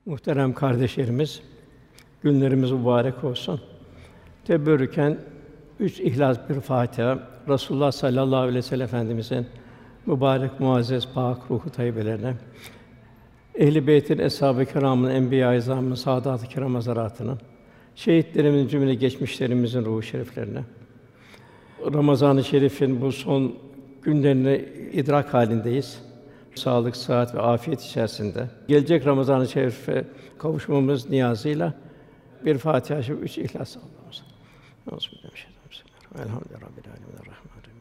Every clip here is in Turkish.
Muhterem kardeşlerimiz, günlerimiz mübarek olsun. Teberrüken 3 İhlas, bir Fatiha, Resulullah sallallahu aleyhi ve sellem Efendimizin mübarek, muazzez, pâk ruhu tayyibelerine, Ehl-i Beyt'in, Eshâb-ı Kirâm'ın, Enbiya-i İzâm'ın, Sâdât-ı Kirâm hazaratına, şehitlerimizin, cümle geçmişlerimizin ruhu şeriflerine, Ramazan-ı Şerif'in bu son günlerini idrak hâlindeyiz. Sağlık, sıhhat ve afiyet içerisinde gelecek Ramazan-ı Şerif'e kavuşmamız niyazıyla bir Fatiha-i Şerif, 3 İhlas Allah'ımız. Elhamdülillahi Rabbil âlemin. Errahmânirrahîm.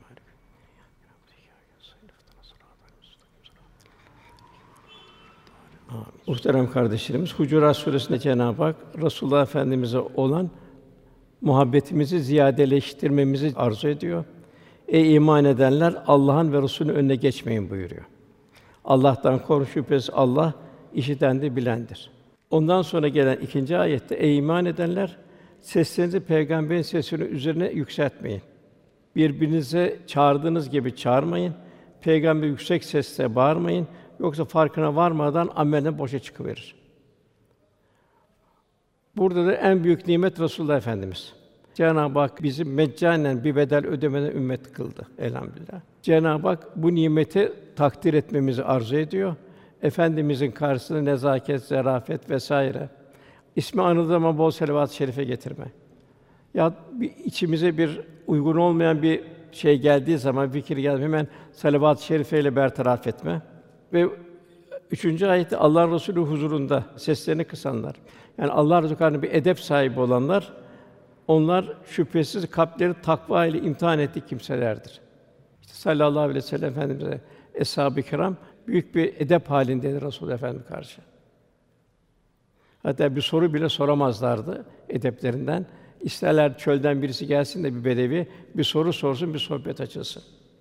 Amin. Muhterem kardeşlerimiz, Hucurat Sûresinde Cenab-ı Hak Resulullah Efendimiz'e olan muhabbetimizi ziyadeleştirmemizi arzu ediyor. Ey iman edenler, Allah'ın ve Resulünün önüne geçmeyin buyuruyor. Allah'tan korkun, şüphesiz Allah işitendir, bilendir. Ondan sonra gelen 2. ayette ey iman edenler, seslerinizi peygamberin sesinin üzerine yükseltmeyin. Birbirinize çağırdığınız gibi çağırmayın. Peygamber yüksek sesle bağırmayın. Yoksa farkına varmadan amelden boşa çıkıverir. Burada da en büyük nimet Resulullah Efendimiz. Cenab-ı Hak bizi meccanen bir bedel ödemeden ümmet kıldı elhamdülillah. Cenab-ı Hak bu nimeti takdir etmemizi arzu ediyor. Efendimizin karşısında nezaket, zarafet vesaire. İsmi anıldığı zaman bol salavat-ı şerife getirme. Ya içimize bir uygun olmayan bir şey geldiği zaman, fikir geldiği hemen salavat-ı şerifeyle bertaraf etme. Ve 3. ayette Allah Resulü huzurunda seslerini kısanlar. Yani Allah Resulü karşısında bir edep sahibi olanlar, onlar şüphesiz kalpleri takva ile imtihan ettiği kimselerdir. İşte sallallahu aleyhi ve sellem Efendimiz'e Eshâb-ı Kirâm büyük bir edep halindeydi Resulullah Efendimiz karşı. Hatta bir soru bile soramazlardı edeplerinden. İsterler çölden birisi gelsin de bir bedevi bir soru sorsun, bir sohbet açılsın.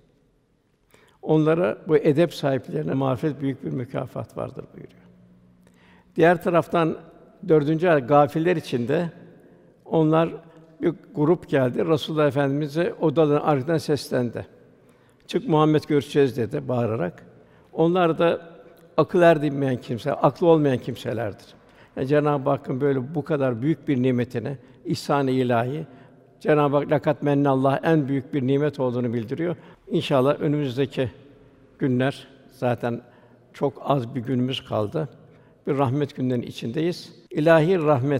Onlara bu edep sahiplerine mağfiret büyük bir mükafat vardır buyuruyor. Diğer taraftan 4. ayet gâfiller içinde onlar bir grup geldi. Resulullah Efendimiz'e odaların arkadan seslendi. "Çık Muhammed görüşeceğiz." dedi bağırarak. Onlar da akıl erdirmeyen kimseler, aklı olmayan kimselerdir. Yani Cenab-ı Hakk'ın böyle bu kadar büyük bir nimetini, ihsan-ı ilahi, Cenab-ı Hak lakat mennallah en büyük bir nimet olduğunu bildiriyor. İnşallah önümüzdeki günler zaten çok az bir günümüz kaldı. Bir rahmet günlerinin içindeyiz. İlahi rahmet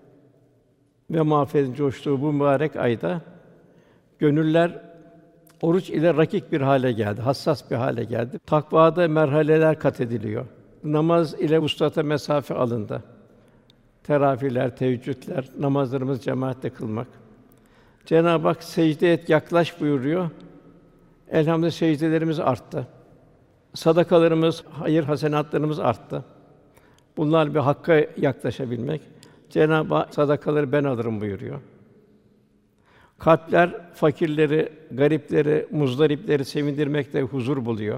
ve mağfiretin coştuğu bu mübarek ayda gönüller oruç ile rakik bir hale geldi, hassas bir hale geldi. Takvada merhaleler kat ediliyor. Namaz ile vuslata mesafe alındı. Teravihler, teheccüdler, namazlarımızı cemaatle kılmak. Cenab-ı Hak secde et, yaklaş buyuruyor. Elhamdülillah secdelerimiz arttı. Sadakalarımız, hayır hasenatlarımız arttı. Bunlar bir Hakk'a yaklaşabilmek. Cenab-ı Hak sadakaları ben alırım buyuruyor. Kalpler fakirleri, garipleri, muzdaripleri sevindirmekte huzur buluyor.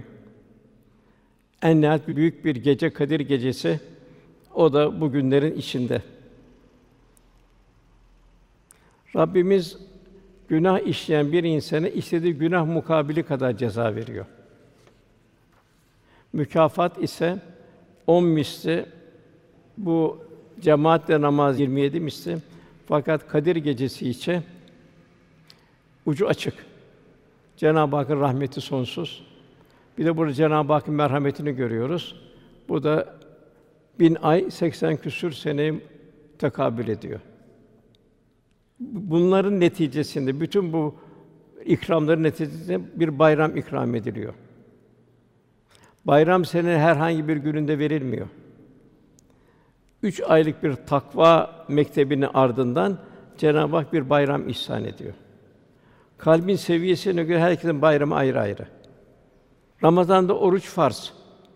En nihayet büyük bir gece, Kadir Gecesi, o da bu günlerin içinde. Rabbimiz günah işleyen bir insana istediği günah mukabili kadar ceza veriyor. Mükafat ise 10 misli, bu cemaatle namaz 27 misli. Fakat Kadir Gecesi için ucu açık. Cenab-ı Hakk'ın rahmeti sonsuz. Bir de burada Cenab-ı Hakk'ın merhametini görüyoruz. Bu da 1000 ay 80 küsur seneyi tekabül ediyor. Bunların neticesinde bütün bu ikramların neticesinde bir bayram ikram ediliyor. Bayram senenin herhangi bir gününde verilmiyor. 3 aylık bir takva mektebinin ardından Cenab-ı Hak bir bayram ihsan ediyor. Kalbin seviyesine göre herkesin bayramı ayrı ayrı. Ramazan'da oruç farz.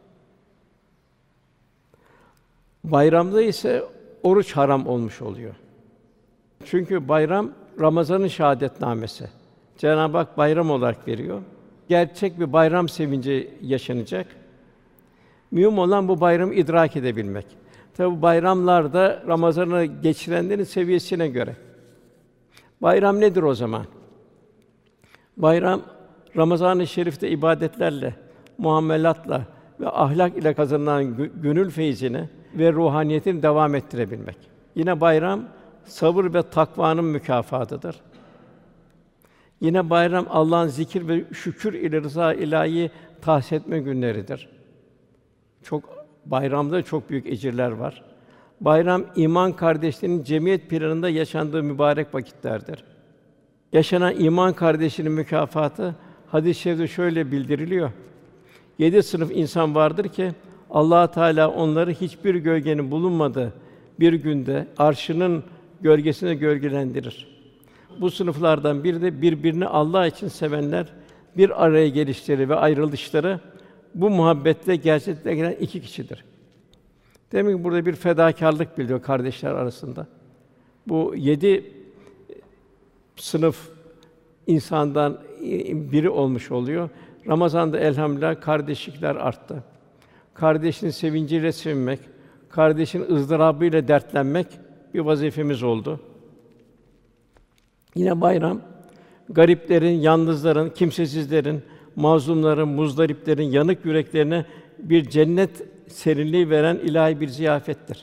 Bayramda ise oruç haram olmuş oluyor. Çünkü bayram Ramazan'ın şahadetnamesi. Cenab-ı Hak bayram olarak veriyor. Gerçek bir bayram sevinci yaşanacak. Mühim olan bu bayramı idrak edebilmek. Tabi bu bayramlarda Ramazan'ı geçirenlerin seviyesine göre. Bayram nedir o zaman? Bayram Ramazan-ı Şerif'te ibadetlerle, muamelatla ve ahlak ile kazanılan gönül feyzini ve ruhaniyetini devam ettirebilmek. Yine bayram sabır ve takvanın mükafatıdır. Yine bayram Allah'ın zikir ve şükür ile rıza ilahi tahsis etme günleridir. Bayramda çok büyük ecirler var. Bayram iman kardeşliğinin cemiyet planında yaşandığı mübarek vakitlerdir. Yaşanan iman kardeşliğinin mükafatı hadis-i şerifte şöyle bildiriliyor. 7 sınıf insan vardır ki Allah Teala onları hiçbir gölgenin bulunmadığı bir günde arşının gölgesine gölgelendirir. Bu sınıflardan biri de birbirini Allah için sevenler, bir araya gelişleri ve ayrılışları bu muhabbetle gerçekleşen 2 kişidir. Demek ki burada bir fedakârlık bildiriyor kardeşler arasında. Bu 7 sınıf insandan biri olmuş oluyor. Ramazan'da elhamdülillah kardeşlikler arttı. Kardeşin sevinciyle sevinmek, kardeşin ızdırabıyla dertlenmek bir vazifemiz oldu. Yine bayram, gariplerin, yalnızların, kimsesizlerin, mazlumların, muzdariplerin yanık yüreklerine bir cennet serinliği veren ilahi bir ziyafettir.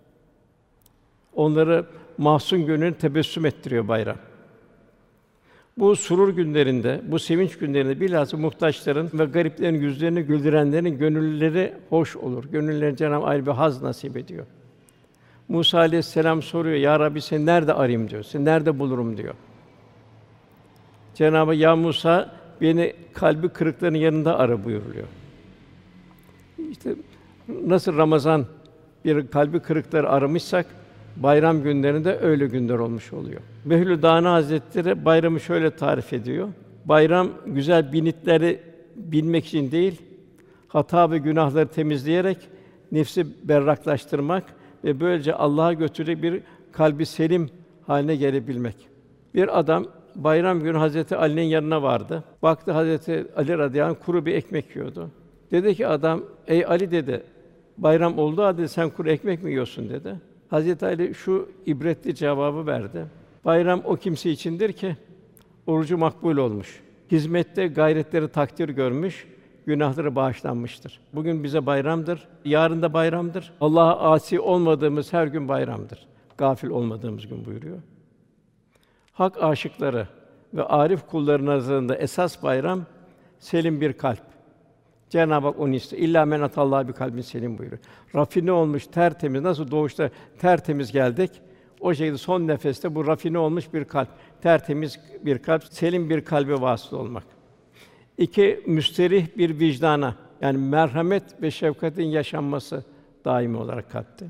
Onları mahzun gönlünü tebessüm ettiriyor bayram. Bu surur günlerinde, bu sevinç günlerinde bilhassa muhtaçların ve gariplerin yüzlerini güldürenlerin gönülleri hoş olur. Gönüllerine Cenab-ı ayrı bir haz nasip ediyor. Musa aleyhisselam soruyor, Ya Rabbi seni nerede arayayım diyor, seni nerede bulurum diyor. Cenab-ı Ya Musa beni kalbi kırıkların yanında ara buyuruluyor. İşte nasıl Ramazan bir kalbi kırıkları aramışsak bayram günlerinde öyle günler olmuş oluyor. Behlül Dâni Hazretleri bayramı şöyle tarif ediyor. Bayram güzel binitleri bilmek için değil, hata ve günahları temizleyerek nefsi berraklaştırmak ve böylece Allah'a götürecek bir kalbi selim haline gelebilmek. Bir adam bayram günü Hazreti Ali'nin yanına vardı. Baktı Hazreti Ali radıyallahu anh kuru bir ekmek yiyordu. Dedi ki adam, ey Ali dedi, bayram oldu halde sen kuru ekmek mi yiyorsun dedi. Hazreti Ali şu ibretli cevabı verdi. Bayram o kimse içindir ki orucu makbul olmuş. Hizmette gayretleri takdir görmüş, günahları bağışlanmıştır. Bugün bize bayramdır, yarın da bayramdır. Allah'a asi olmadığımız her gün bayramdır. Gafil olmadığımız gün buyuruyor. Hak aşıkları ve arif kulların nazarında esas bayram selim bir kalp. Cenab-ı Hak onu istiyor. İlla men atallah bir kalbin selim buyuruyor. Rafine olmuş, tertemiz, nasıl doğuşta tertemiz geldik, o şekilde son nefeste bu rafine olmuş bir kalp, tertemiz bir kalp, selim bir kalbe vasıl olmak. 2, müsterih bir vicdana, yani merhamet ve şefkatin yaşanması daimi olarak kalpte.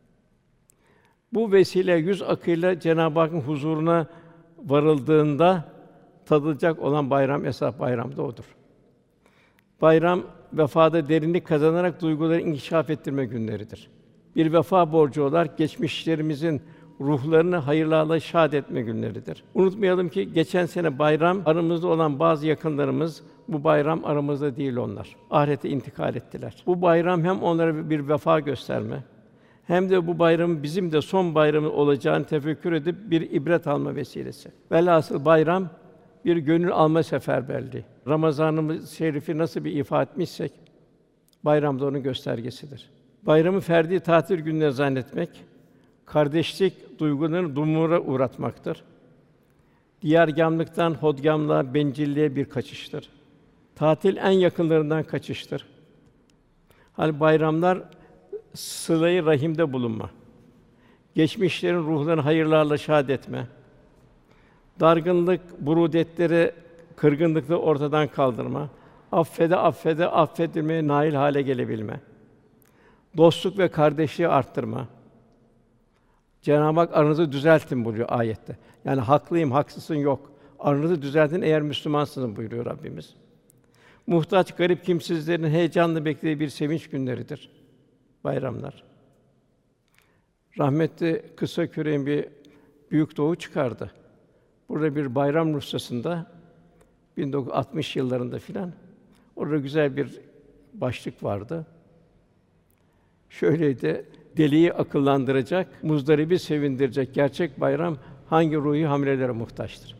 Bu vesile yüz akıyla Cenab-ı Hakk'ın huzuruna varıldığında tadılacak olan bayram esas bayramda odur. Bayram vefada derinlik kazanarak duyguları inkişaf ettirme günleridir. Bir vefa borcu olarak geçmişlerimizin ruhlarını hayırlarla şad etme günleridir. Unutmayalım ki geçen sene bayram aramızda olan bazı yakınlarımız bu bayram aramızda değil onlar. Ahirete intikal ettiler. Bu bayram hem onlara bir vefa gösterme hem de bu bayramın bizim de son bayramı olacağını tefekkür edip bir ibret alma vesilesi. Velhasıl bayram bir gönül alma seferberliği. Ramazan-ı Şerif'i nasıl bir ifade etmişsek bayram da onun göstergesidir. Bayramı ferdi tatil gününe zannetmek, kardeşlik duygularını dumura uğratmaktır. Diyargâmlıktan hodgâmlığa, bencilliğe bir kaçıştır. Tatil en yakınlarından kaçıştır. Bayramlar sıla-i rahimde bulunma, geçmişlerin ruhlarını hayırlarla şad etme, dargınlık, burudetleri, kırgınlıkları ortadan kaldırma, affedilmeye nail hale gelebilme, dostluk ve kardeşliği arttırma. Cenab-ı Hak aranızı düzeltin buyuruyor ayette. Yani haklıyım, haksızsın yok. Aranızı düzeltin eğer Müslümansınız buyuruyor Rabbimiz. Muhtaç, garip kimsizlerin heyecanla beklediği bir sevinç günleridir bayramlar. Rahmetli Kısaküre'nin bir büyük doğu çıkardı. Burada bir bayram ruhsasında 1960 yıllarında filan orada güzel bir başlık vardı. Şöyleydi: deliyi akıllandıracak, muzdaribi sevindirecek gerçek bayram hangi ruhi hamlelere muhtaçtır?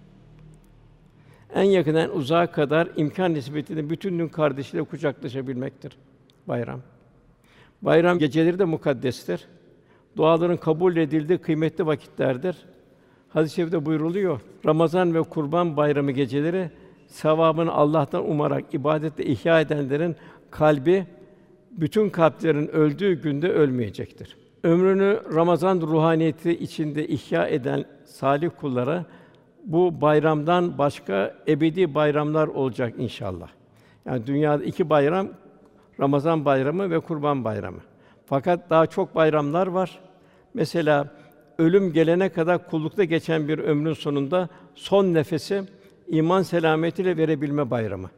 En yakından uzağa kadar imkân nispetinde bütün din kardeşiyle kucaklaşabilmektir bayram. Bayram geceleri de mukaddestir. Duaların kabul edildiği kıymetli vakitlerdir. Hadis-i şerifte buyruluyor. Ramazan ve Kurban Bayramı geceleri sevabını Allah'tan umarak ibadetle ihya edenlerin kalbi bütün kalplerin öldüğü günde ölmeyecektir. Ömrünü Ramazan ruhaniyeti içinde ihya eden salih kullara bu bayramdan başka ebedi bayramlar olacak inşallah. Yani dünyada 2 bayram, Ramazan bayramı ve Kurban bayramı. Fakat daha çok bayramlar var. Mesela ölüm gelene kadar kullukta geçen bir ömrün sonunda son nefesi iman selametiyle verebilme bayramı.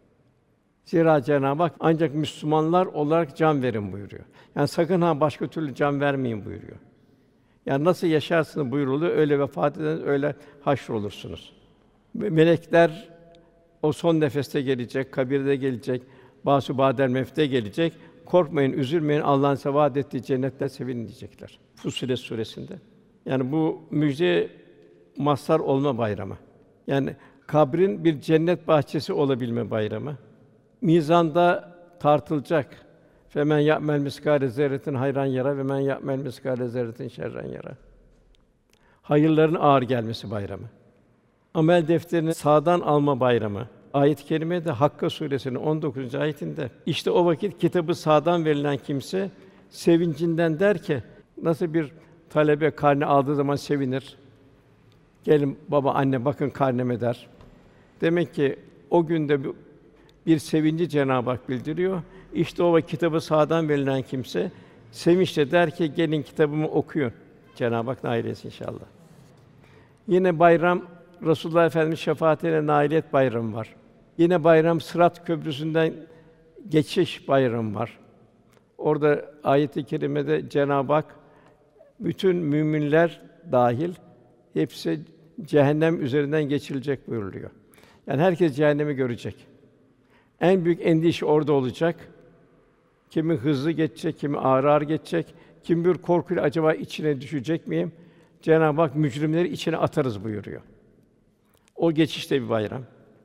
Zira Cenab-ı Hak ancak Müslümanlar olarak can verin buyuruyor. Yani sakın ha başka türlü can vermeyin buyuruyor. Yani nasıl yaşarsınız buyuruluyor, öyle vefat ediniz, öyle haşrolursunuz. Melekler o son nefeste gelecek, kabirde gelecek, bâsü bâdel mevte gelecek. Korkmayın, üzülmeyin, Allah'ın size vaad ettiği cennette sevinin diyecekler. Fussilet suresinde. Yani bu müjde mazhar olma bayramı. Yani kabrin bir cennet bahçesi olabilme bayramı. Mizanda tartılacak. Femen ya'mel miskâle zerretin hayran yara ve men ya'mel miskâle zerretin şerren yara. Hayırların ağır gelmesi bayramı. Amel defterini sağdan alma bayramı. Ayet-i kerimede Hakka suresinin 19. ayetinde işte o vakit kitabı sağdan verilen kimse sevincinden der ki nasıl bir talebe karne aldığı zaman sevinir. Gelin baba anne bakın karneme der. Demek ki o günde bir sevinci Cenab-ı Hak bildiriyor. İşte o vakit kitabı sağdan verilen kimse sevinçle der ki gelin kitabımı okuyun. Cenab-ı Hak nail etsin inşallah. Yine bayram Resulullah Efendimiz şefaatiyle nailiyet bayramı var. Yine bayram Sırat Köprüsü'nden geçiş bayramı var. Orada ayet-i kerimede Cenab-ı Hak bütün müminler dahil hepsi cehennem üzerinden geçirilecek buyuruluyor. Yani herkes cehennemi görecek. En büyük endişe orada olacak. Kimi hızlı geçecek, kimi ağır ağır geçecek, kimi bir korkuyla acaba içine düşecek miyim? Cenab-ı Hak mücrimleri içine atarız buyuruyor. O geçişte bir bayram.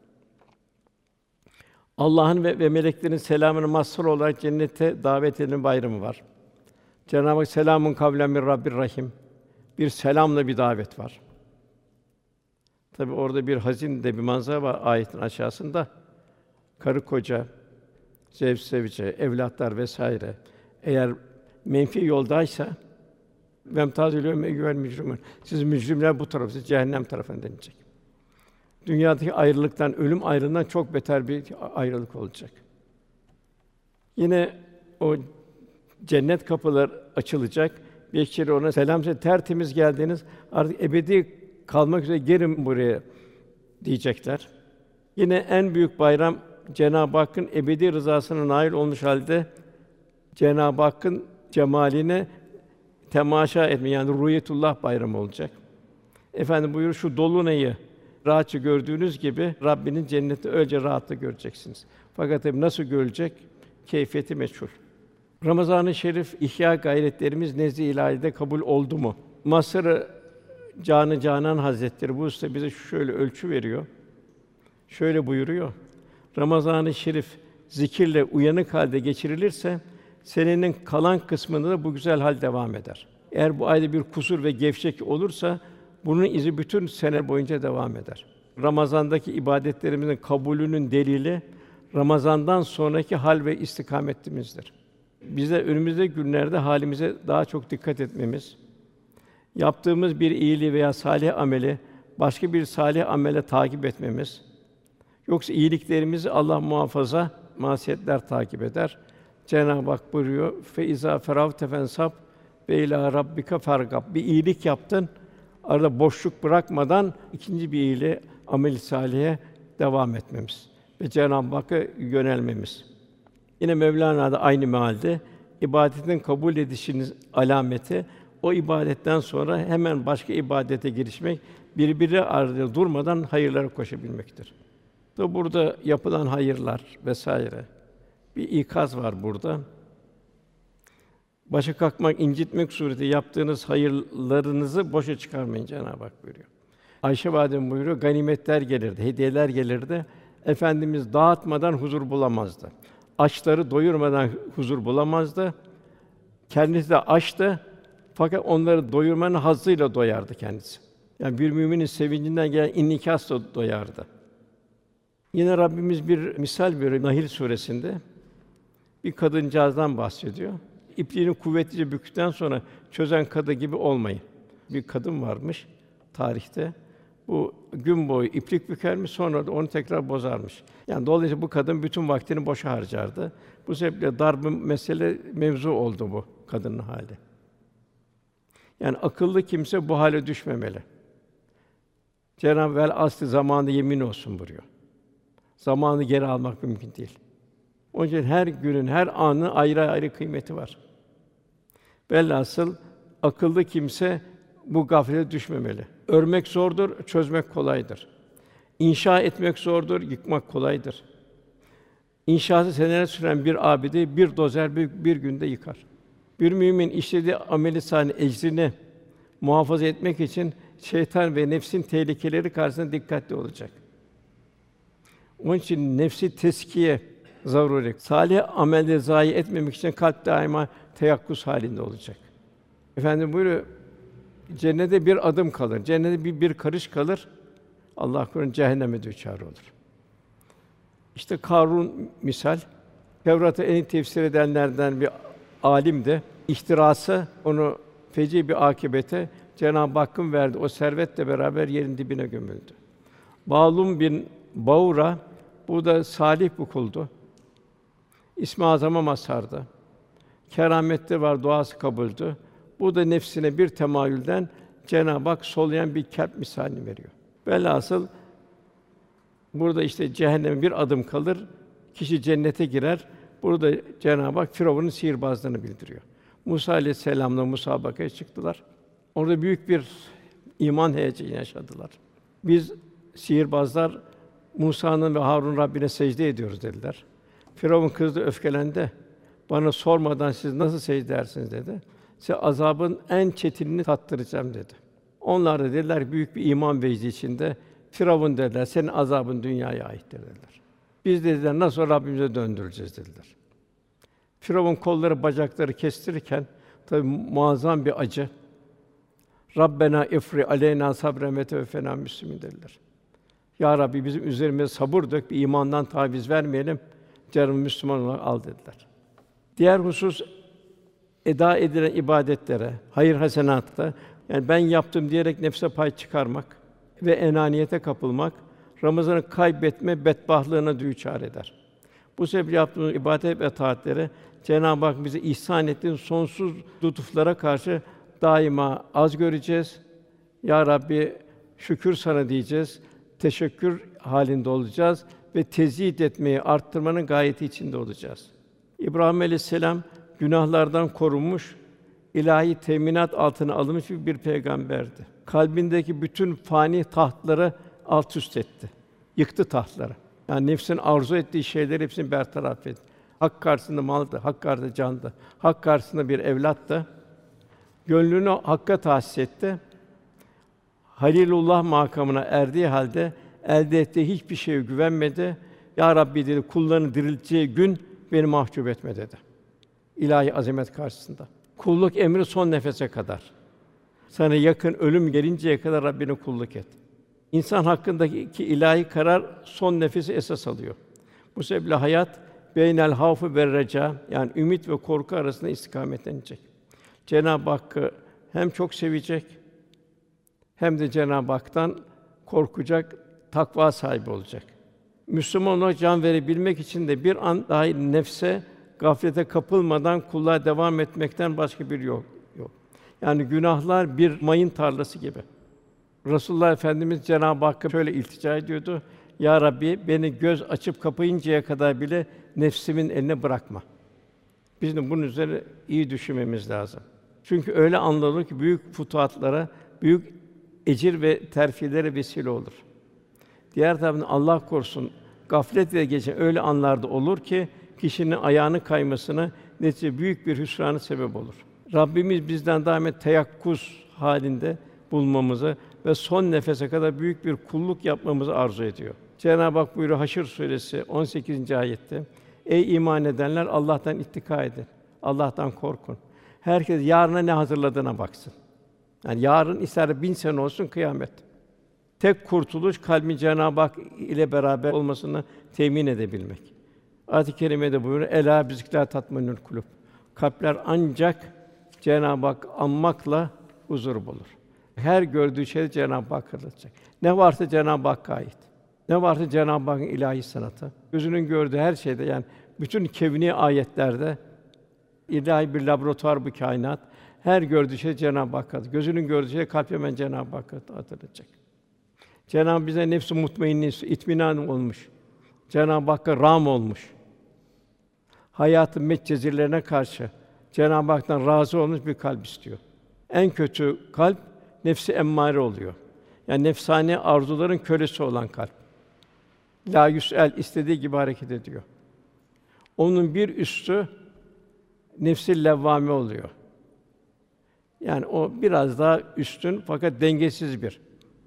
Allah'ın ve meleklerin selamını mazhar olarak cennete davet edilen bayramı var. Cenab-ı Hak selamun kavlen min Rabbir Rahim. Bir selamla bir davet var. Tabi orada bir hazin de bir manzara var ayetin aşağısında. Karı koca, zevc sevice, evlatlar vesaire eğer menfi yoldaysa vemtazilû eyyuhel mücrimun. Siz mücrimler bu tarafa, siz cehennem tarafına denilecek. Dünyadaki ayrılıktan, ölüm ayrılığından çok beter bir ayrılık olacak. Yine o cennet kapıları açılacak. Bekçileri ona selam söyle, tertemiz geldiniz. Artık ebedi kalmak üzere gelin buraya diyecekler. Yine en büyük bayram Cenab-ı Hakk'ın ebedi rızasına nail olmuş halde Cenab-ı Hakk'ın cemaline temaşa etme yani Ruhiyetullah bayramı olacak. Efendim buyuruyor şu dolunayı rahatça gördüğünüz gibi Rabbinin cenneti öylece rahatla göreceksiniz. Fakat tabii nasıl görülecek? Keyfiyeti meçhul. Ramazan-ı Şerif ihya gayretlerimiz nezd-i ilahide kabul oldu mu? Masr-ı Canı Canan Hazretleri bu usta bize şöyle ölçü veriyor. Şöyle buyuruyor. Ramazan-ı Şerif zikirle uyanık halde geçirilirse senenin kalan kısmında da bu güzel hal devam eder. Eğer bu ayda bir kusur ve gevşek olursa bunun izi bütün sene boyunca devam eder. Ramazandaki ibadetlerimizin kabulünün delili Ramazandan sonraki hal ve istikametimizdir. Bize önümüzdeki günlerde halimize daha çok dikkat etmemiz, yaptığımız bir iyiliği veya salih ameli başka bir salih amele takip etmemiz, yoksa iyiliklerimizi Allah muhafaza masiyetler takip eder. Cenab-ı Hak buyuruyor: "Fe izâ feravte fensab ve ilâ rabbike fergab." Bir iyilik yaptın, arada boşluk bırakmadan ikinci bir iyiliğe, amel-i sâlihe devam etmemiz ve Cenab-ı Hakk'a yönelmemiz. Yine Mevlana da aynı mealde ibadetin kabul edilişinin alameti o ibadetten sonra hemen başka ibadete girişmek, birbiri ardında durmadan hayırlara koşabilmektir. Tabi burada yapılan hayırlar vesaire bir ikaz var burada. Başa kalkmak, incitmek suretiyle yaptığınız hayırlarınızı boşa çıkarmayın Cenab-ı Hak buyuruyor. Ayşe validem buyuruyor, ganimetler gelirdi, hediyeler gelirdi. Efendimiz dağıtmadan huzur bulamazdı. Açları doyurmadan huzur bulamazdı. Kendisi de açtı fakat onları doyurmanın hazzıyla doyardı kendisi. Yani bir müminin sevincinden gelen innikâsla doyardı. Yine Rabbimiz bir misal veriyor Nahil suresinde. Bir kadıncağızdan bahsediyor. İpliğini kuvvetlice büktükten sonra çözen kadı gibi olmayın. Bir kadın varmış tarihte. Bu gün boyu iplik bükermiş, sonra da onu tekrar bozarmış. Yani dolayısıyla bu kadın bütün vaktini boşa harcardı. Bu sebeple darb-ı mesele mevzu oldu bu kadının hali. Yani akıllı kimse bu hale düşmemeli. Cenab-ı vel asli zamanı yemin olsun buyuruyor. Zamanı geri almak mümkün değil. Onun için her günün, her anın ayrı ayrı kıymeti var. Velhasıl akıllı kimse bu gaflete düşmemeli. Örmek zordur, çözmek kolaydır. İnşa etmek zordur, yıkmak kolaydır. İnşası seneler süren bir abidi bir dozer bir günde yıkar. Bir mümin işlediği ameli salih ecrini muhafaza etmek için şeytan ve nefsin tehlikeleri karşısında dikkatli olacak. Onun için nefsi teskiye zaruri. Salih amelde zayi etmemek için kalp daima teyakkuz halinde olacak. Efendim buyuruyor, cennete bir adım kalır, cennete bir karış kalır, Allah korusun cehenneme düçar olur. İşte Kârûn misal, Tevrat'ı en iyi tefsir edenlerden bir âlimdi. İhtirası onu feci bir akibete Cenab-ı Hakk'ın verdi. O servetle beraber yerin dibine gömüldü. Bâlûm bin Bâura, bu da salih bir kuldu. İsmi Azam'a mazhardı. Kerametleri var, duası kabuldü. Bu da nefsine bir temayülden Cenab-ı Hak solayan bir kalp misalini veriyor. Velhasıl burada işte cehenneme bir adım kalır, kişi cennete girer. Burada Cenab-ı Hak Firavun'un sihirbazlığını bildiriyor. Musa aleyhisselam'la musabakaya çıktılar. Orada büyük bir iman heyecanı yaşadılar. Biz sihirbazlar Musa'nın ve Harun Rabbine secde ediyoruz dediler. Firavun kızdı, öfkelendi. Bana sormadan siz nasıl secde edersiniz dedi. Size azabın en çetinini tattıracağım dedi. Onlar da dediler büyük bir iman vecdi içinde. Firavun dediler, senin azabın dünyaya aittir dediler. Biz dediler nasıl Rabbimize döndüreceğiz dediler. Firavun kolları bacakları kestirirken tabii muazzam bir acı. Rabbena ifri aleyna sabren ve teveffena müslimin dediler. Ya Rabbi bizim üzerimize sabır dök, bir imandan taviz vermeyelim. Canımı Müslüman olarak al dediler. Diğer husus eda edilen ibadetlere, hayır hasenatta yani ben yaptım diyerek nefse pay çıkarmak ve enaniyete kapılmak Ramazan'ı kaybetme bedbahtlığına düçar eder. Bu sebeple yaptığımız ibadet ve taatleri Cenab-ı Hak bize ihsan ettiği sonsuz lütuflara karşı daima az göreceğiz. Ya Rabbi şükür sana diyeceğiz. Teşekkür halinde olacağız ve teziyid etmeyi arttırmanın gayeti içinde olacağız. İbrahim Aleyhisselam günahlardan korunmuş, ilahi teminat altına alınmış bir peygamberdi. Kalbindeki bütün fani tahtları alt üst etti. Yıktı tahtları. Yani nefsin arzu ettiği şeyleri hepsini bertaraf etti. Hak karşısında maldı, hak karşısında candı, hak karşısında bir evlattı. Gönlünü Hakk'a tahsis etti. Halilullah makamına erdiği halde elde ettiği hiçbir şeye güvenmedi. Ya Rabbi dedi, kullarını dirilteceği gün beni mahcup etme dedi. İlahi azamet karşısında. Kulluk emri son nefese kadar. Sana yakın ölüm gelinceye kadar Rabbine kulluk et. İnsan hakkındaki ilahi karar son nefesi esas alıyor. Bu sebeple hayat beynel havfu ve reca yani ümit ve korku arasında istikametlenecek. Cenab-ı Hakk'ı hem çok sevecek hem de Cenab-ı Hak'tan korkacak, takva sahibi olacak. Müslüman olarak can verebilmek için de bir an dahi nefse, gaflete kapılmadan kulluğa devam etmekten başka bir yol yok. Yani günahlar bir mayın tarlası gibi. Resulullah Efendimiz Cenab-ı Hakk'a şöyle iltica ediyordu: Ya Rabbi beni göz açıp kapayıncaya kadar bile nefsimin eline bırakma. Bizim bunun üzerine iyi düşünmemiz lazım. Çünkü öyle anlar olur ki büyük futuhatlara, büyük ecir ve terfilere vesile olur. Diğer taraftan Allah korusun gafletle geçen öyle anlarda olur ki kişinin ayağının kaymasına, netice büyük bir hüsrana sebep olur. Rabbimiz bizden daima teyakkuz halinde bulmamızı ve son nefese kadar büyük bir kulluk yapmamızı arzu ediyor. Cenab-ı Hak buyuruyor Haşr suresi 18. ayette: Ey iman edenler Allah'tan ittika edin. Allah'tan korkun. Herkes yarına ne hazırladığına baksın. Yani yarın ister 1000 sene olsun kıyamet. Tek kurtuluş kalbin Cenab-ı Hak ile beraber olmasını temin edebilmek. Ayet-i kerimede buyuruyor: "Elâ bizikâ tatma'innul kulûb." Kalpler ancak Cenab-ı Hak anmakla huzur bulur. Her gördüğü şey Cenab-ı Hak hatırlatacak. Ne varsa Cenab-ı Hakk'a ait. Ne varsa Cenab-ı Hakk'ın ilahi sanatı. Gözünün gördüğü her şeyde, yani bütün kevni ayetlerde ilahi bir laboratuvar bu kainat. Her gördüğü şey Cenab-ı Hakk'a. Gözünün gördüğü şey kalp hemen Cenab-ı Hakk'a hatırlatacak. Cenab-ı Hak bize nefs-i mutmainne, itminan olmuş. Cenab-ı Hakk'a rağm olmuş. Hayatın metcezirlerine karşı Cenab-ı Hak'tan razı olmuş bir kalp istiyor. En kötü kalp nefs-i emmare oluyor. Yani nefsani arzuların kölesi olan kalp. La yüs'el, istediği gibi hareket ediyor. Onun bir üstü nefs-i levvâme oluyor. Yani o biraz daha üstün fakat dengesiz bir.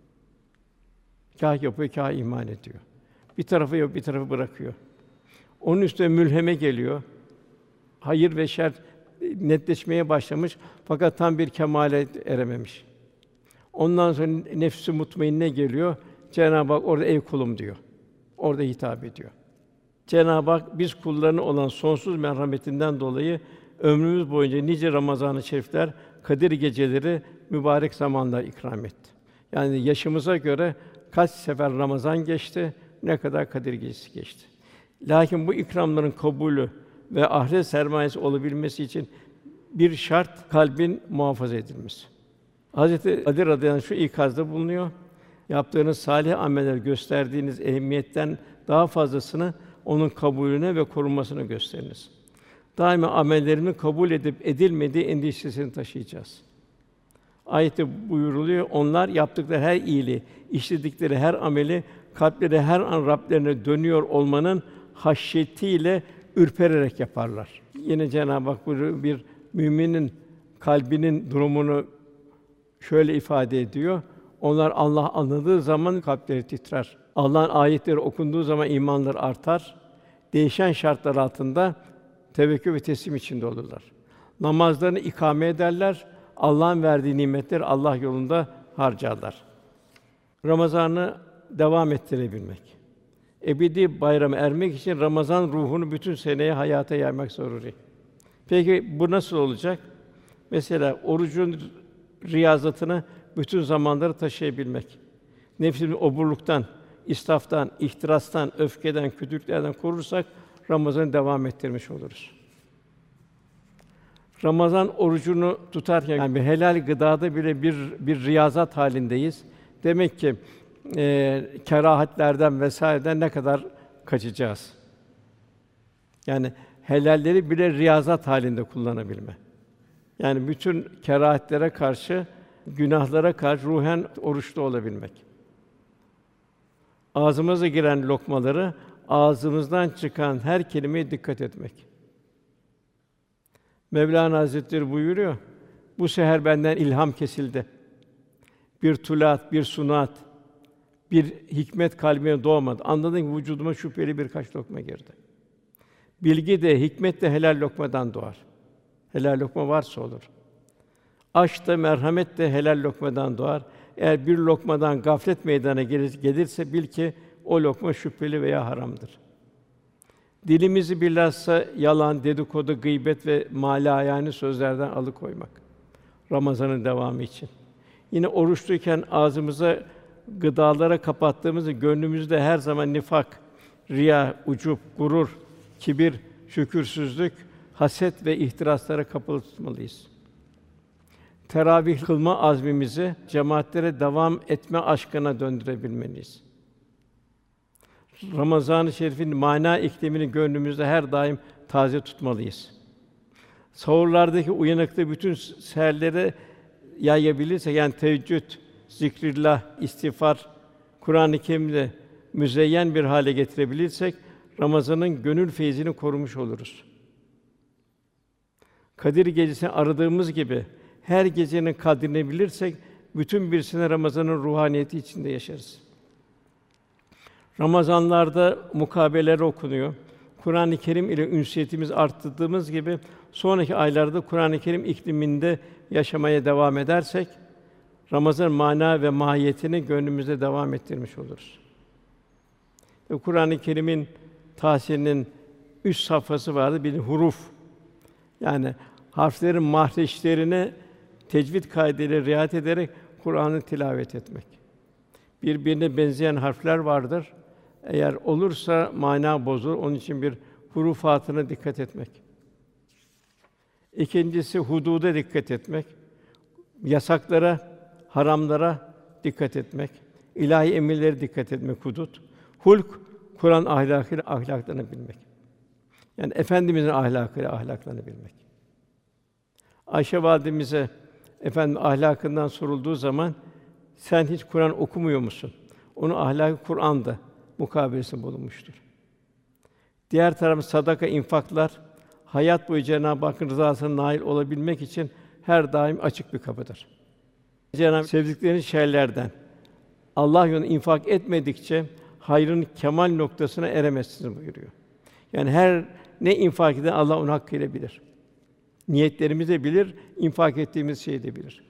Kâh yapıyor, kâh iman ediyor. Bir tarafı yok, bir tarafı bırakıyor. Onun üstüne mülheme geliyor. Hayır ve şer netleşmeye başlamış fakat tam bir kemale erememiş. Ondan sonra nefs-i mutmainne geliyor. Cenab-ı Hak orada ey kulum diyor. Orada hitap ediyor. Cenab-ı Hak biz kullarına olan sonsuz merhametinden dolayı ömrümüz boyunca nice Ramazan-ı Şerifler, Kadir geceleri, mübarek zamanlar ikram etti. Yani yaşımıza göre kaç sefer Ramazan geçti, ne kadar Kadir Gecesi geçti. Lakin bu ikramların kabulü ve ahiret sermayesi olabilmesi için bir şart kalbin muhafaza edilmesi. Hazreti Ali radıyallahu anh şu ikazda bulunuyor. Yaptığınız salih ameller gösterdiğiniz ehemmiyetten daha fazlasını onun kabulüne ve korunmasına gösteriniz. Daima amellerimin kabul edip edilmediği endişesini taşıyacağız. Ayette buyuruluyor, onlar yaptıkları her iyiliği, işledikleri her ameli, kalpleri her an Rablerine dönüyor olmanın haşyetiyle ürpererek yaparlar. Yine Cenab-ı Hak buyuruyor, bir müminin kalbinin durumunu şöyle ifade ediyor. Onlar Allah anladığı zaman kalpleri titrer. Allah'ın ayetleri okunduğu zaman imanları artar. Değişen şartlar altında tevekkül ve teslim içinde olurlar. Namazlarını ikame ederler. Allah'ın verdiği nimetleri Allah yolunda harcarlar. Ramazan'ı devam ettirebilmek. Ebedi bayrama ermek için Ramazan ruhunu bütün seneye hayata yaymak zaruri. Peki bu nasıl olacak? Mesela orucun riyazatını bütün zamanları taşıyabilmek. Nefsimizi oburluktan, israftan, ihtirastan, öfkeden, kötülüklerden korursak Ramazan'ı devam ettirmiş oluruz. Ramazan orucunu tutarken, yani bir helal gıdada bile bir riyazat halindeyiz. Demek ki kerahatlerden vesaireden ne kadar kaçacağız? Yani helalleri bile riyazat halinde kullanabilme. Yani bütün kerahatlere karşı, günahlara karşı ruhen oruçlu olabilmek. Ağzımıza giren lokmaları, ağzımızdan çıkan her kelimeye dikkat etmek. Mevlana Hazretleri buyuruyor, bu seher benden ilham kesildi. Bir tulat, bir sunat, bir hikmet kalbime doğmadı. Anladım ki vücuduma şüpheli birkaç lokma girdi. Bilgi de, hikmet de helal lokmadan doğar. Helal lokma varsa olur. Aşk da, merhamet de helal lokmadan doğar. Eğer bir lokmadan gaflet meydana gelirse bil ki o lokma şüpheli veya haramdır. Dilimizi bilhassa yalan, dedikodu, gıybet ve mâlâyâni sözlerden alıkoymak. Ramazanın devamı için. Yine oruçluyken ağzımıza gıdalara kapattığımızda gönlümüzde her zaman nifak, riya, ucup, gurur, kibir, şükürsüzlük, haset ve ihtiraslara kapalı tutmalıyız. Teravih kılma azmimizi cemaatlere devam etme aşkına döndürebilmeliyiz. Ramazan-ı Şerif'in mana iklimini gönlümüzde her daim taze tutmalıyız. Sahurlardaki uyanıklığı bütün seherlere yayabilirsek, yani teheccüd, zikrillah, istiğfar, Kur'an-ı Kerim'le müzeyyen bir hale getirebilirsek Ramazan'ın gönül feyzini korumuş oluruz. Kadir Gecesi'ni aradığımız gibi her gecenin kadrini bilirsek bütün bir sene Ramazan'ın ruhaniyeti içinde yaşarız. Ramazanlarda mukabeleler okunuyor. Kur'an-ı Kerim ile ünsiyetimizi arttırdığımız gibi sonraki aylarda Kur'an-ı Kerim ikliminde yaşamaya devam edersek Ramazan mana ve mahiyetini gönlümüzde devam ettirmiş oluruz. Kur'an-ı Kerim'in tahsilinin 3 safhası vardı. Bir huruf. Yani harflerin mahreçlerine tecvid kaideleri riayet ederek Kur'an'ı tilavet etmek. Birbirine benzeyen harfler vardır. Eğer olursa mana bozulur. Onun için bir hurufatına dikkat etmek. İkincisi hududa dikkat etmek. Yasaklara, haramlara dikkat etmek. İlahi emirlere dikkat etmek hudut. Hulk, Kur'an ahlakıyla ahlaklanabilmek. Yani Efendimizin ahlakıyla ahlaklanabilmek. Ayşe validemize efendim ahlakından sorulduğu zaman sen hiç Kur'an okumuyor musun? Onun ahlakı Kur'an'da mukabelesi bulunmuştur. Diğer tarafı sadaka, infaklar hayat boyu Cenab-ı Hakk'ın rızasına nail olabilmek için her daim açık bir kapıdır. Cenab-ı Hak sevdikleriniz şeylerden Allah yolunda infak etmedikçe hayrın kemal noktasına eremezsiniz buyuruyor. Yani her ne infak eden Allah onu hakkıyla bilir. Niyetlerimizi de bilir, infak ettiğimiz şeyi de bilir.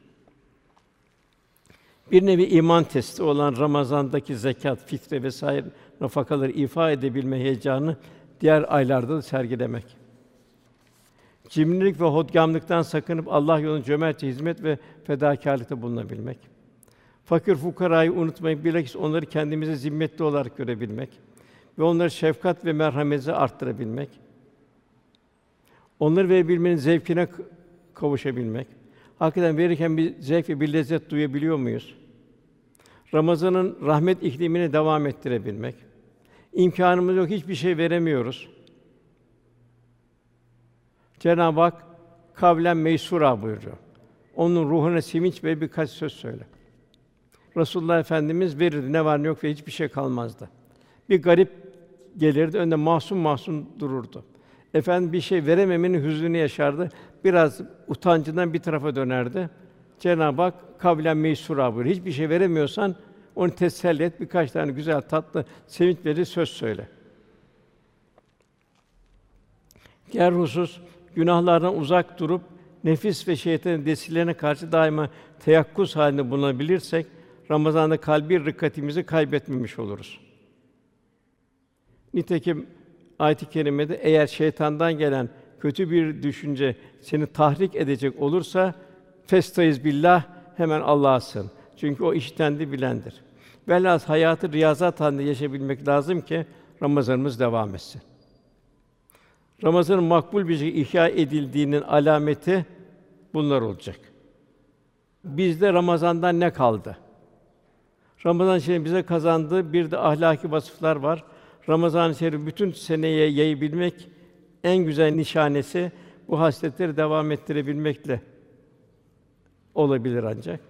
Bir nevi iman testi olan Ramazan'daki zekat, fitre vesaire nafakaları ifa edebilme heyecanı diğer aylarda da sergilemek. Cimrilik ve hodgamlıktan sakınıp Allah yolunda cömertçe hizmet ve fedakârlıkta bulunabilmek. Fakir fukarayı unutmayıp bilakis onları kendimize zimmetli olarak görebilmek ve onları şefkat ve merhameti arttırabilmek. Onları verebilmenin zevkine kavuşabilmek. Hakikaten verirken bir zevk ve bir lezzet duyabiliyor muyuz? Ramazan'ın rahmet iklimini devam ettirebilmek. İmkânımız yok, hiçbir şey veremiyoruz. Cenab-ı Hak kavlen meysûrâ buyuruyor. Onun ruhuna sevinç ve birkaç söz söyle. Resulullah Efendimiz verirdi, ne var ne yok ve hiçbir şey kalmazdı. Bir garip gelirdi, önünde masum dururdu. Efendim bir şey verememenin hüznünü yaşardı. Biraz utancından bir tarafa dönerdi. Cenab-ı Hak kavlen meysûrâ buyuruyor. Hiçbir şey veremiyorsan onu teselli et, birkaç tane güzel, tatlı, sevinç verici söz söyle. Diğer husus, günahlardan uzak durup nefis ve şeytanın desilerine karşı daima teyakkuz hâlinde bulunabilirsek Ramazan'da kalbi rikkatimizi kaybetmemiş oluruz. Nitekim ayet-i kerimede eğer şeytandan gelen kötü bir düşünce seni tahrik edecek olursa festaiz billah, hemen Allah'a sığın. Çünkü o işitendi, bilendir. Velhâsıl hayatı riyazat halinde yaşayabilmek lazım ki Ramazanımız devam etsin. Ramazan'ın makbul bir şekilde ihya edildiğinin alameti bunlar olacak. Bizde Ramazan'dan ne kaldı? Ramazan-ı Şerif bize kazandığı bir de ahlaki vasıflar var. Ramazan-ı Şerif bütün seneye yayabilmek en güzel nişanesi bu hasletleri devam ettirebilmekle olabilir ancak.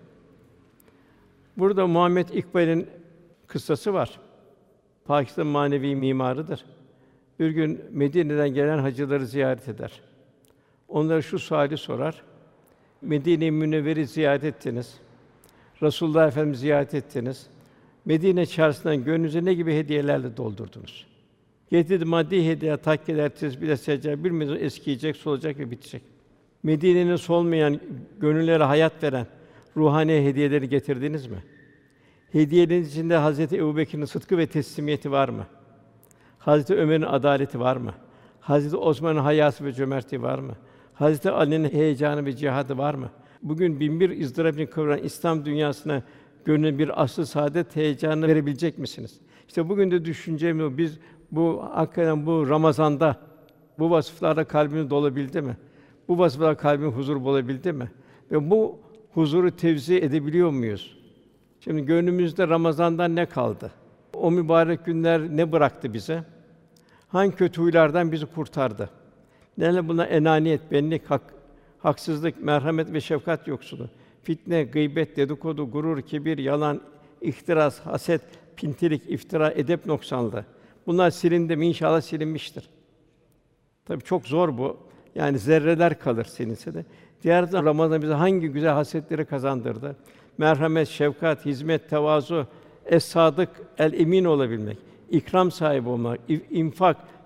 Burada Muhammed İkbal'in kıssası var. Pakistan manevi mimarıdır. Bir gün Medine'den gelen hacıları ziyaret eder. Onlara şu suali sorar: Medine-i Münevver'i ziyaret ettiniz. Resulullah Efendimiz'i ziyaret ettiniz. Medine çarşısından gönlünüze ne gibi hediyelerle doldurdunuz? Getirdi maddi hediye, takkeler, tesbihler, seccâde bir mezun eskiyecek, solacak ve bitecek. Medine'nin solmayan, gönüllere hayat veren ruhani hediyeleri getirdiniz mi? Hediyelerin içinde Hazreti Ebubekir'in sıdkı ve teslimiyeti var mı? Hazreti Ömer'in adaleti var mı? Hazreti Osman'ın hayası ve cömertliği var mı? Hazreti Ali'nin heyecanı ve cihadı var mı? Bugün binbir ızdırabını kıvıran İslam dünyasına gönlün bir asr-ı saadet heyecanı verebilecek misiniz? İşte bugün de düşüncemiz o. Biz hakikaten bu Ramazan'da bu vasıflarla kalbimiz dolabildi mi? Bu vasıflarla kalbimiz huzur bulabildi mi? Ve bu huzuru tevzi edebiliyor muyuz? Şimdi gönlümüzde Ramazan'dan ne kaldı? O mübarek günler ne bıraktı bize? Hangi kötü huylardan bizi kurtardı? Neler bunlar? Enaniyet, benlik, haksızlık, merhamet ve şefkat yoksunu, fitne, gıybet, dedikodu, gurur, kibir, yalan, ihtiras, haset, pintilik, iftira, edep noksanlığı. Bunlar silindi mi? İnşallah silinmiştir. Tabii çok zor bu. Yani zerreler kalır silinse de. Diğer taraftan Ramazan bize hangi güzel hasletleri kazandırdı? Merhamet, şefkat, hizmet, tevazu, es-sadık, el-emin olabilmek, ikram sahibi olmak, infak,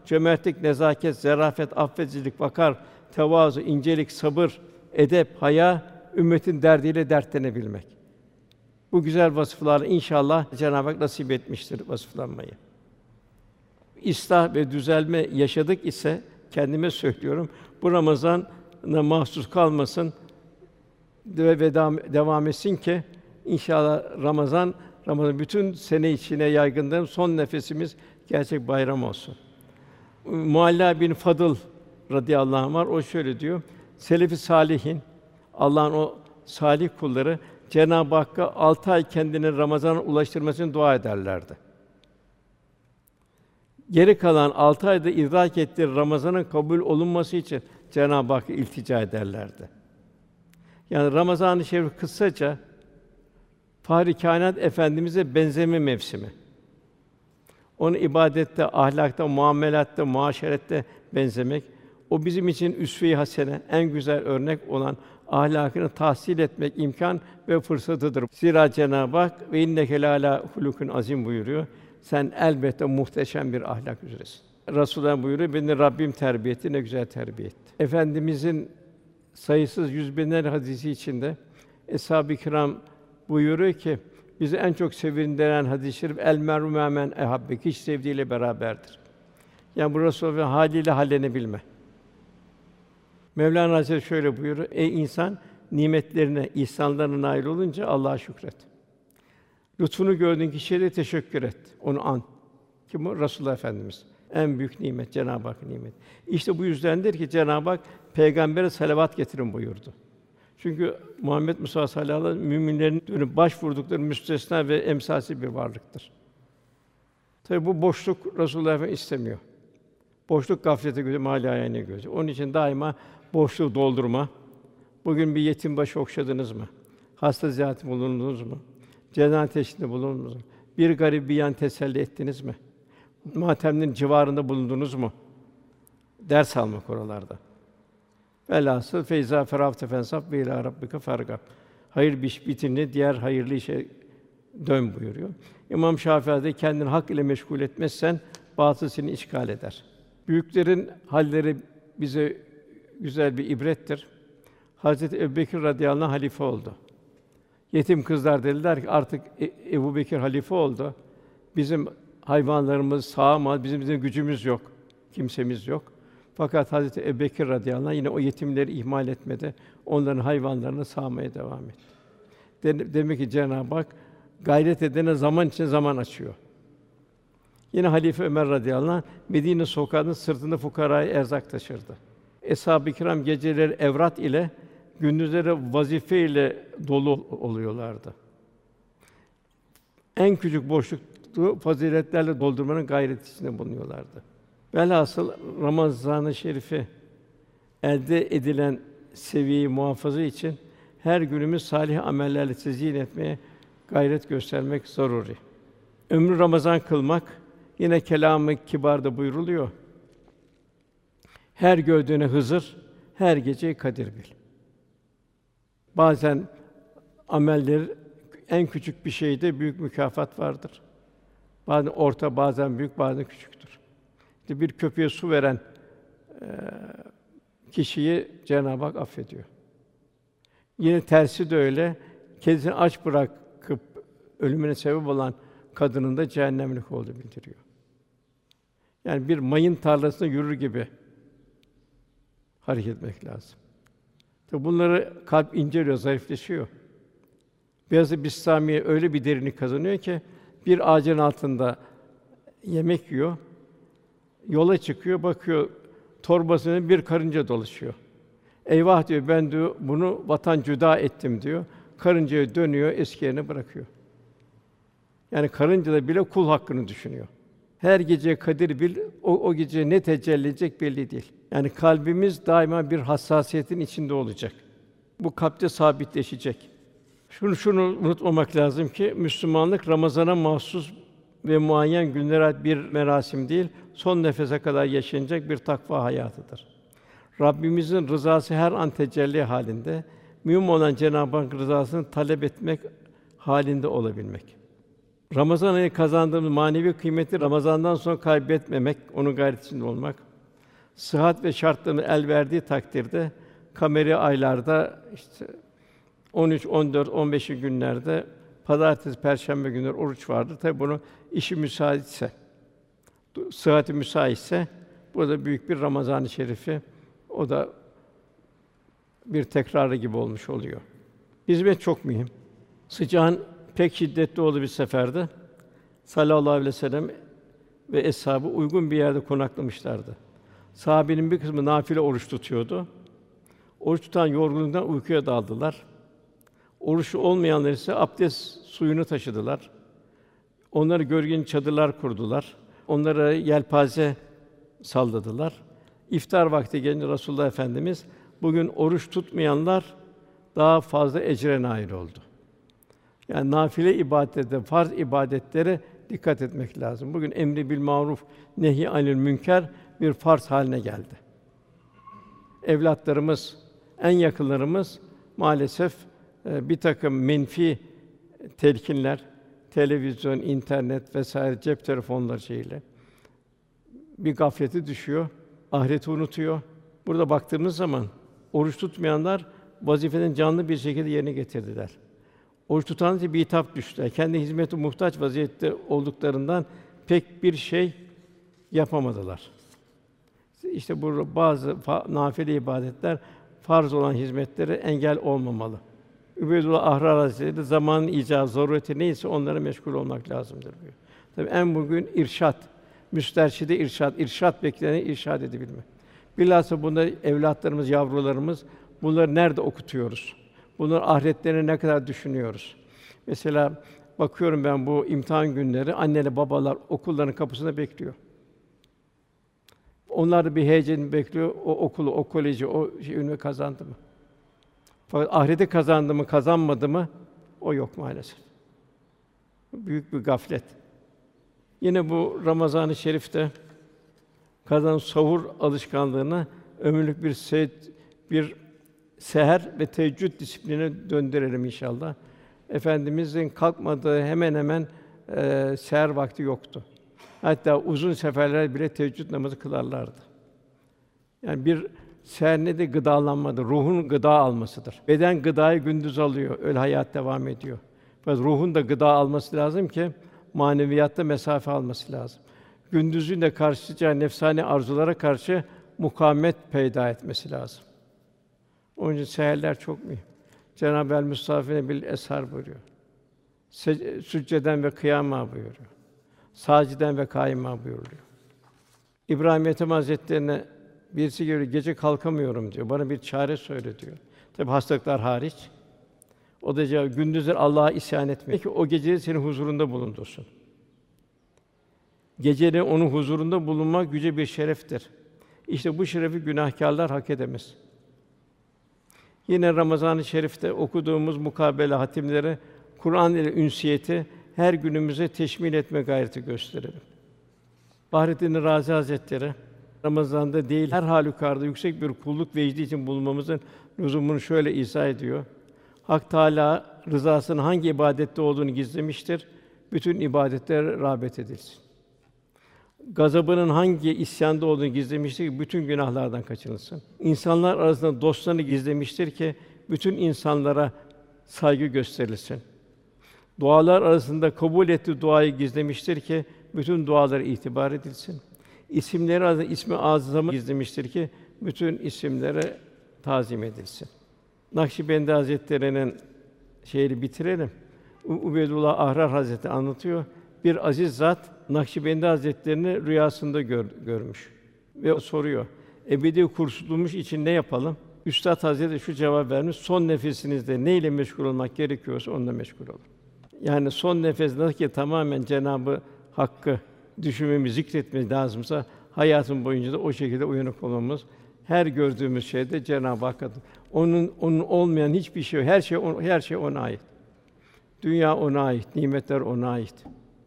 cömertlik, nezaket, zarafet, affedicilik, vakar, tevazu, incelik, sabır, edep, haya, ümmetin derdiyle dertlenebilmek. Bu güzel vasıflarla inşallah Cenab-ı Hak nasip etmiştir vasıflanmayı. İslah ve düzelme yaşadık ise kendime söylüyorum. Bu Ramazan'a mahsus kalmasın ve devam etsin ki inşallah Ramazan bütün sene içine yaygınlığın son nefesimiz gerçek bayram olsun. Mualla bin Fadıl radıyallahu anh var. O şöyle diyor. Selef-i sâlihin, Allah'ın o salih kulları Cenab-ı Hakk'a 6 ay kendini Ramazan'a ulaştırmasını dua ederlerdi. Geri kalan 6 ayda idrak ettiği Ramazan'ın kabul olunması için Cenab-ı Hakk'a iltica ederlerdi. Yani Ramazan-ı Şerif kısaca Fâhr-i Kâinat Efendimiz'e benzeme mevsimi. Onu ibadette, ahlakta, muamelatta, muaşerette benzemek, o bizim için üsve-i hasene, en güzel örnek olan ahlakını tahsil etmek imkân ve fırsatıdır. Zira Cenab-ı Hak ve inneke lâlâ hulukun azim buyuruyor. Sen elbette muhteşem bir ahlak üzeresin. Resulullah buyuruyor, beni Rabbim terbiye etti, ne güzel terbiye etti. Efendimizin sayısız yüz binler hadisi içinde Eshab-ı Kiram buyuruyor ki bizi en çok sevindiren hadis-i şerif el meru men ehabbe, kişi sevdiğiyle beraberdir. Yani bu Resulullah haliyle hallenebilme. Mevlana Hazretleri şöyle buyuruyor: Ey insan, nimetlerine, ihsanlarına nail olunca Allah'a şükret. Lütfunu gördüğün kişiye de teşekkür et. Onu an. Kim o? Resulullah Efendimiz. En büyük nimet Cenab-ı Hakk'ın nimeti. İşte bu yüzdendir ki Cenab-ı Hak peygambere salavat getirin buyurdu. Çünkü Muhammed Mustafa sallallahu aleyhi ve sellem müminlerin dönüp başvurdukları müstesna ve emsalsiz bir varlıktır. Tabi bu boşluk Resulullah Efendimiz istemiyor. Boşluk gaflete göre mâli ayâne göre. Onun için daima boşluğu doldurma. Bugün bir yetim başı okşadınız mı? Hasta ziyareti bulundunuz mu? Cenaze teşhisinde bulundunuz mu? Bir garip bir yan teselli ettiniz mi? Matemlerin civarında bulundunuz mu? Ders almak oralarda. Velhasıl feyzâ ferâgte fensab ve ilâ rabbike fergab. Hayır bir iş bitince diğer hayırlı işe dön buyuruyor. İmam Şafii Hazretleri kendini hak ile meşgul etmezsen batıl seni işgal eder. Büyüklerin halleri bize güzel bir ibrettir. Hazreti Ebubekir radıyallahu anh halife oldu. Yetim kızlar dediler ki artık Ebubekir halife oldu. Bizim hayvanlarımız sağamaz, bizim gücümüz yok, kimsemiz yok. Fakat Hazreti Ebubekir radıyallahu anh yine o yetimleri ihmal etmedi. Onların hayvanlarını sağmaya devam etti. Demek ki Cenab-ı Hak gayret edene zaman için zaman açıyor. Yine Halife Ömer radıyallahu anh Medine sokağının sırtında fukaraya erzak taşırdı. Eshab-ı Kiram geceleri evrat ile, gündüzleri vazife ile dolu oluyorlardı. En küçük boşluktu faziletlerle doldurmanın gayreti içinde bulunuyorlardı. Velhasıl Ramazan-ı Şerif'i elde edilen seviyeyi muhafaza için her günümüz salih amellerle tezyin etmeye gayret göstermek zaruri. Ömrü Ramazan kılmak yine kelam-ı kibarda buyruluyor. Her gördüğüne Hızır, her gece Kadir bil. Bazen ameller en küçük bir şeyde büyük mükafat vardır. Bazen orta, bazen büyük, bazen küçüktür. İşte bir köpeğe su veren kişiyi Cenab-ı Hak affediyor. Yine tersi de öyle. Kendisini aç bırakıp ölümüne sebep olan kadının da cehennemlik olduğu bildiriyor. Yani bir mayın tarlasında yürür gibi hareket etmek lazım. Tabi bunları kalp inceliyor, zarifleşiyor. Beyaz-ı Bistamiye öyle bir derinlik kazanıyor ki bir ağacın altında yemek yiyor. Yola çıkıyor, bakıyor torbasına bir karınca dolaşıyor. Eyvah diyor, ben diyor bunu vatan cüda ettim diyor. Karıncaya dönüyor, eski yerine bırakıyor. Yani karınca da bile kul hakkını düşünüyor. Her gece Kadir bil, o gece ne tecelli edecek belli değil. Yani kalbimiz daima bir hassasiyetin içinde olacak. Bu kalpte sabitleşecek. Şunu unutmamak lazım ki Müslümanlık Ramazana mahsus ve muayyen günlere ait bir merasim değil, son nefese kadar yaşanacak bir takva hayatıdır. Rabbimizin rızası her an tecelli halinde, mühim olan Cenab-ı Hak rızasını talep etmek halinde olabilmek. Ramazan ayı kazandığımız manevi kıymeti Ramazan'dan sonra kaybetmemek, onun gayretinde olmak. Sıhhat ve şartlarımız el verdiği takdirde kameri aylarda işte 13, 14, 15. günlerde pazartesi, perşembe günleri oruç vardır. Tabi bunu işi müsaitse, sıhhati müsaitse bu da büyük bir Ramazan-ı Şerifi. O da bir tekrarı gibi olmuş oluyor. Hizmet çok mühim. Sıcağın pek şiddetli olduğu bir seferde sallallahu aleyhi ve sellem ve eshabı uygun bir yerde konaklamışlardı. Sahabenin bir kısmı nafile oruç tutuyordu. Oruç tutan yorgunluktan uykuya daldılar. Oruçlu olmayanlar ise abdest suyunu taşıdılar. Onları gölgeli çadırlar kurdular. Onlara yelpaze salladılar. İftar vakti gelince Resulullah Efendimiz bugün oruç tutmayanlar daha fazla ecre nail oldu. Yani nafile ibadette, farz ibadetlere dikkat etmek lazım. Bugün emri bil maruf, nehy anil münker bir farz haline geldi. Evlatlarımız, en yakınlarımız maalesef bir takım menfi telkinler, televizyon, internet vesaire cep telefonları şeyiyle bir gaflete düşüyor, ahireti unutuyor. Burada baktığımız zaman oruç tutmayanlar vazifelerini canlı bir şekilde yerine getirdiler. Oruç tutanlar ise bitap düştüler. Kendi hizmete muhtaç vaziyette olduklarından pek bir şey yapamadılar. İşte bu bazı nafile ibadetler farz olan hizmetlere engel olmamalı. Übeydullah Ahrar Hazretleri de zamanın icabı, zarureti neyse onlara meşgul olmak lazımdır diyor. Tabii en bugün irşad, müsterşide irşad, irşad beklenen irşad edebilmek. Bilhassa bunda evlatlarımız, yavrularımız bunları nerede okutuyoruz? Bunların ahiretlerini ne kadar düşünüyoruz? Mesela bakıyorum ben bu imtihan günleri anneler babalar okulların kapısında bekliyor. Onlar da bir heyecan bekliyor. O okulu, o koleji, o ünvanı kazandı mı? Fakat ahireti kazandı mı, kazanmadı mı? O yok maalesef. Büyük bir gaflet. Yine bu Ramazan-ı Şerif'te kazanan sahur alışkanlığını ömürlük bir seher ve teheccüd disipline döndürelim inşallah. Efendimizin kalkmadığı hemen hemen seher vakti yoktu. Hatta uzun seferler bile teheccüd namazı kılarlardı. Yani bir seher nedir? Gıdalanmadır. Ruhun gıda almasıdır. Beden gıdayı gündüz alıyor. Öyle hayat devam ediyor. Fakat ruhun da gıda alması lazım ki maneviyatta mesafe alması lazım. Gündüzün de karşılayacağı nefsani arzulara karşı mukavemet peyda etmesi lazım. Onun için seherler çok mühim. Cenab-ı El Müstafine bil eshar buyuruyor. Sücceden ve kıyama buyuruyor. Saciden ve kâima buyuruyor. İbrahim Ethem Hazretlerine birisi geliyor, gece kalkamıyorum diyor. Bana bir çare söyle diyor. Tabi hastalıklar hariç. O da cevap, gündüzler Allah'a isyan etme ki o geceleri senin huzurunda bulundursun. Geceleri onun huzurunda bulunmak yüce bir şereftir. İşte bu şerefi günahkârlar hak edemez. Yine Ramazan-ı Şerif'te okuduğumuz mukabele hatimlere Kur'an ile ünsiyeti her günümüze teşmil etme gayreti gösterelim. Fahrettin Razi Hazretleri Ramazan'da değil her halükarda yüksek bir kulluk vecdi için bulunmamızın lüzumunu şöyle izah ediyor. Hak Teâlâ rızasının hangi ibadette olduğunu gizlemiştir. Bütün ibadetlere rağbet edilsin. Gazabının hangi isyanda olduğunu gizlemiştir ki bütün günahlardan kaçınılsın. İnsanlar arasında dostlarını gizlemiştir ki bütün insanlara saygı gösterilsin. Dualar arasında kabul ettiği duayı gizlemiştir ki bütün dualara itibar edilsin. İsimleri arasında ismi azamı gizlemiştir ki bütün isimlere tazim edilsin. Nakşibendi Hazretleri'nin şeyini bitirelim. Ubeydullah Ahrar Hazretleri anlatıyor. Bir aziz zat Nakşibendi Hazretlerini rüyasında görmüş ve soruyor. Ebedi kurtulmuş için ne yapalım? Üstad Hazretleri şu cevap vermiş. Son nefesinizde ne ile meşgul olmak gerekiyorsa onunla meşgul olun. Yani son nefes nasıl ki tamamen Cenabı Hakk'ı düşünmemiz, zikretmemiz lazımsa hayatın boyunca da o şekilde uyanık olmamız, her gördüğümüz şeyde Cenab-ı Hakk'a onun olmayan hiçbir şey yok. Her şey ona ait. Dünya ona ait, nimetler ona ait.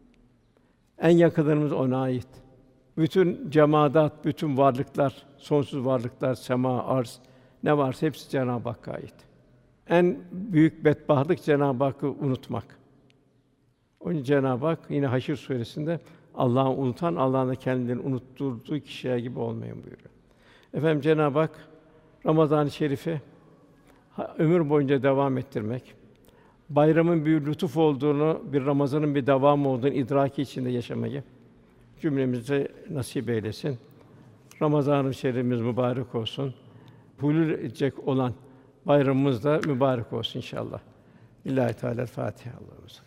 En yakınlarımız ona ait. Bütün cemaat, bütün varlıklar, sonsuz varlıklar, sema, arz ne varsa hepsi Cenab-ı Hakk'a ait. En büyük bedbahtlık Cenab-ı Hakk'ı unutmak. Onun için Cenab-ı Hak yine Haşr suresinde Allah'ı unutan, Allah'ın da kendilerini unutturduğu kişiler gibi olmayın buyuruyor. Efendim Cenab-ı Hak Ramazan-ı Şerif'i ömür boyunca devam ettirmek, bayramın bir lütuf olduğunu, bir Ramazan'ın bir devamı olduğunu idraki içinde yaşamayı cümlemize nasip eylesin. Ramazan-ı Şerifimiz mübarek olsun. Hulûl edecek olan bayramımız da mübarek olsun inşallah. Lillahi Teala Fatiha. Allah'ımız.